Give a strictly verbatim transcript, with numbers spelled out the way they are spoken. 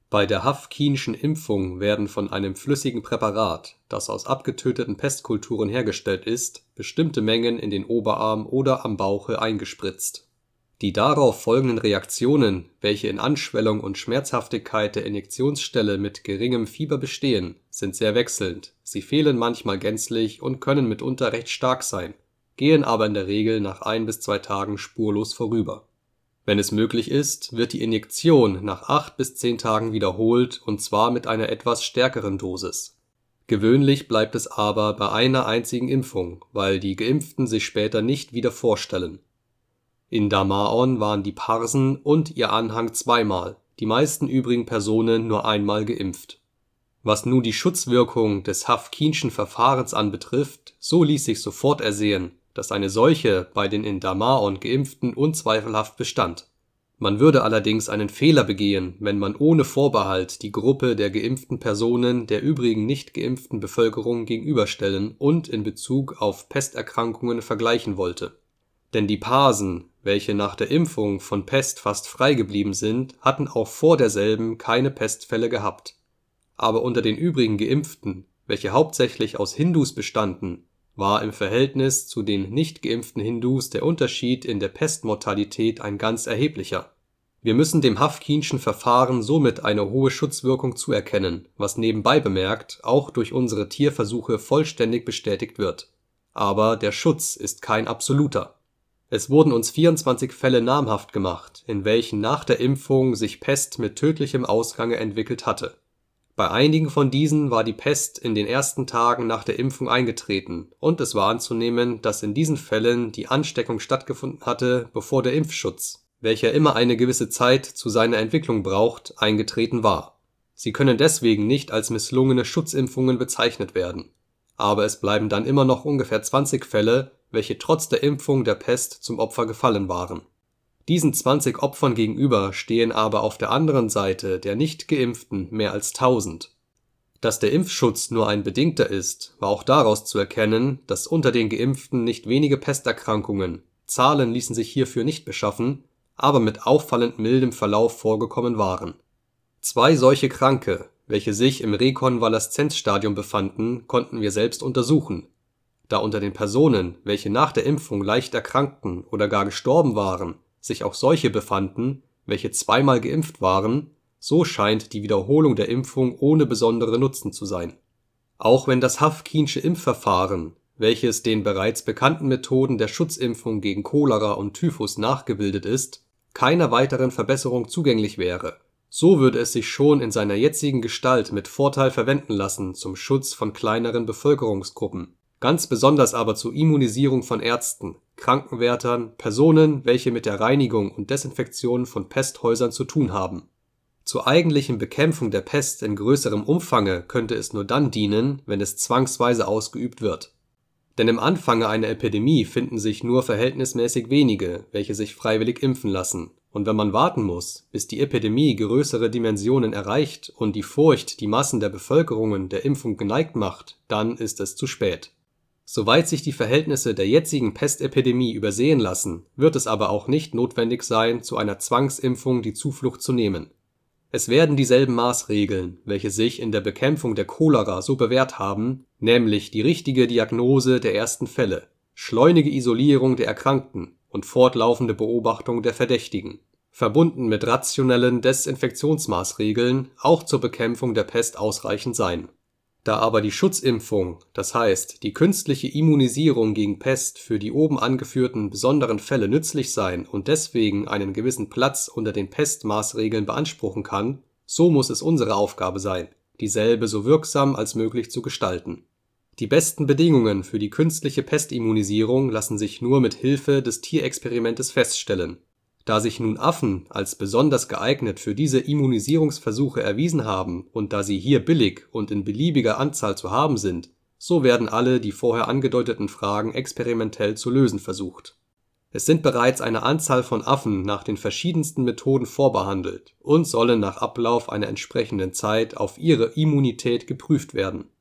Bei der Hafkinschen Impfung werden von einem flüssigen Präparat, das aus abgetöteten Pestkulturen hergestellt ist, bestimmte Mengen in den Oberarm oder am Bauche eingespritzt. Die darauf folgenden Reaktionen, welche in Anschwellung und Schmerzhaftigkeit der Injektionsstelle mit geringem Fieber bestehen, sind sehr wechselnd, sie fehlen manchmal gänzlich und können mitunter recht stark sein, gehen aber in der Regel nach ein bis zwei Tagen spurlos vorüber. Wenn es möglich ist, wird die Injektion nach acht bis zehn Tagen wiederholt und zwar mit einer etwas stärkeren Dosis. Gewöhnlich bleibt es aber bei einer einzigen Impfung, weil die Geimpften sich später nicht wieder vorstellen. In Damaon waren die Parsen und ihr Anhang zweimal, die meisten übrigen Personen nur einmal geimpft. Was nun die Schutzwirkung des Hafkinschen Verfahrens anbetrifft, so ließ sich sofort ersehen, dass eine solche bei den in Damaon Geimpften unzweifelhaft bestand. Man würde allerdings einen Fehler begehen, wenn man ohne Vorbehalt die Gruppe der geimpften Personen der übrigen nicht geimpften Bevölkerung gegenüberstellen und in Bezug auf Pesterkrankungen vergleichen wollte. Denn die Parsen, welche nach der Impfung von Pest fast frei geblieben sind, hatten auch vor derselben keine Pestfälle gehabt. Aber unter den übrigen Geimpften, welche hauptsächlich aus Hindus bestanden, war im Verhältnis zu den nicht geimpften Hindus der Unterschied in der Pestmortalität ein ganz erheblicher. Wir müssen dem Hafkinschen Verfahren somit eine hohe Schutzwirkung zuerkennen, was nebenbei bemerkt auch durch unsere Tierversuche vollständig bestätigt wird. Aber der Schutz ist kein absoluter. Es wurden uns vierundzwanzig Fälle namhaft gemacht, in welchen nach der Impfung sich Pest mit tödlichem Ausgange entwickelt hatte. Bei einigen von diesen war die Pest in den ersten Tagen nach der Impfung eingetreten und es war anzunehmen, dass in diesen Fällen die Ansteckung stattgefunden hatte, bevor der Impfschutz, welcher immer eine gewisse Zeit zu seiner Entwicklung braucht, eingetreten war. Sie können deswegen nicht als misslungene Schutzimpfungen bezeichnet werden. Aber es bleiben dann immer noch ungefähr zwanzig Fälle, welche trotz der Impfung der Pest zum Opfer gefallen waren. Diesen zwanzig Opfern gegenüber stehen aber auf der anderen Seite der Nicht-Geimpften mehr als tausend. Dass der Impfschutz nur ein bedingter ist, war auch daraus zu erkennen, dass unter den Geimpften nicht wenige Pesterkrankungen, Zahlen ließen sich hierfür nicht beschaffen, aber mit auffallend mildem Verlauf vorgekommen waren. Zwei solche Kranke, welche sich im Rekonvaleszenzstadium befanden, konnten wir selbst untersuchen. Da unter den Personen, welche nach der Impfung leicht erkrankten oder gar gestorben waren, sich auch solche befanden, welche zweimal geimpft waren, so scheint die Wiederholung der Impfung ohne besondere Nutzen zu sein. Auch wenn das Hafkinsche Impfverfahren, welches den bereits bekannten Methoden der Schutzimpfung gegen Cholera und Typhus nachgebildet ist, keiner weiteren Verbesserung zugänglich wäre, so würde es sich schon in seiner jetzigen Gestalt mit Vorteil verwenden lassen zum Schutz von kleineren Bevölkerungsgruppen. Ganz besonders aber zur Immunisierung von Ärzten, Krankenwärtern, Personen, welche mit der Reinigung und Desinfektion von Pesthäusern zu tun haben. Zur eigentlichen Bekämpfung der Pest in größerem Umfange könnte es nur dann dienen, wenn es zwangsweise ausgeübt wird. Denn im Anfange einer Epidemie finden sich nur verhältnismäßig wenige, welche sich freiwillig impfen lassen. Und wenn man warten muss, bis die Epidemie größere Dimensionen erreicht und die Furcht die Massen der Bevölkerungen der Impfung geneigt macht, dann ist es zu spät. Soweit sich die Verhältnisse der jetzigen Pestepidemie übersehen lassen, wird es aber auch nicht notwendig sein, zu einer Zwangsimpfung die Zuflucht zu nehmen. Es werden dieselben Maßregeln, welche sich in der Bekämpfung der Cholera so bewährt haben, nämlich die richtige Diagnose der ersten Fälle, schleunige Isolierung der Erkrankten und fortlaufende Beobachtung der Verdächtigen, verbunden mit rationellen Desinfektionsmaßregeln, auch zur Bekämpfung der Pest ausreichend sein. Da aber die Schutzimpfung, das heißt die künstliche Immunisierung gegen Pest für die oben angeführten besonderen Fälle nützlich sein und deswegen einen gewissen Platz unter den Pestmaßregeln beanspruchen kann, so muss es unsere Aufgabe sein, dieselbe so wirksam als möglich zu gestalten. Die besten Bedingungen für die künstliche Pestimmunisierung lassen sich nur mit Hilfe des Tierexperimentes feststellen. Da sich nun Affen als besonders geeignet für diese Immunisierungsversuche erwiesen haben und da sie hier billig und in beliebiger Anzahl zu haben sind, so werden alle die vorher angedeuteten Fragen experimentell zu lösen versucht. Es sind bereits eine Anzahl von Affen nach den verschiedensten Methoden vorbehandelt und sollen nach Ablauf einer entsprechenden Zeit auf ihre Immunität geprüft werden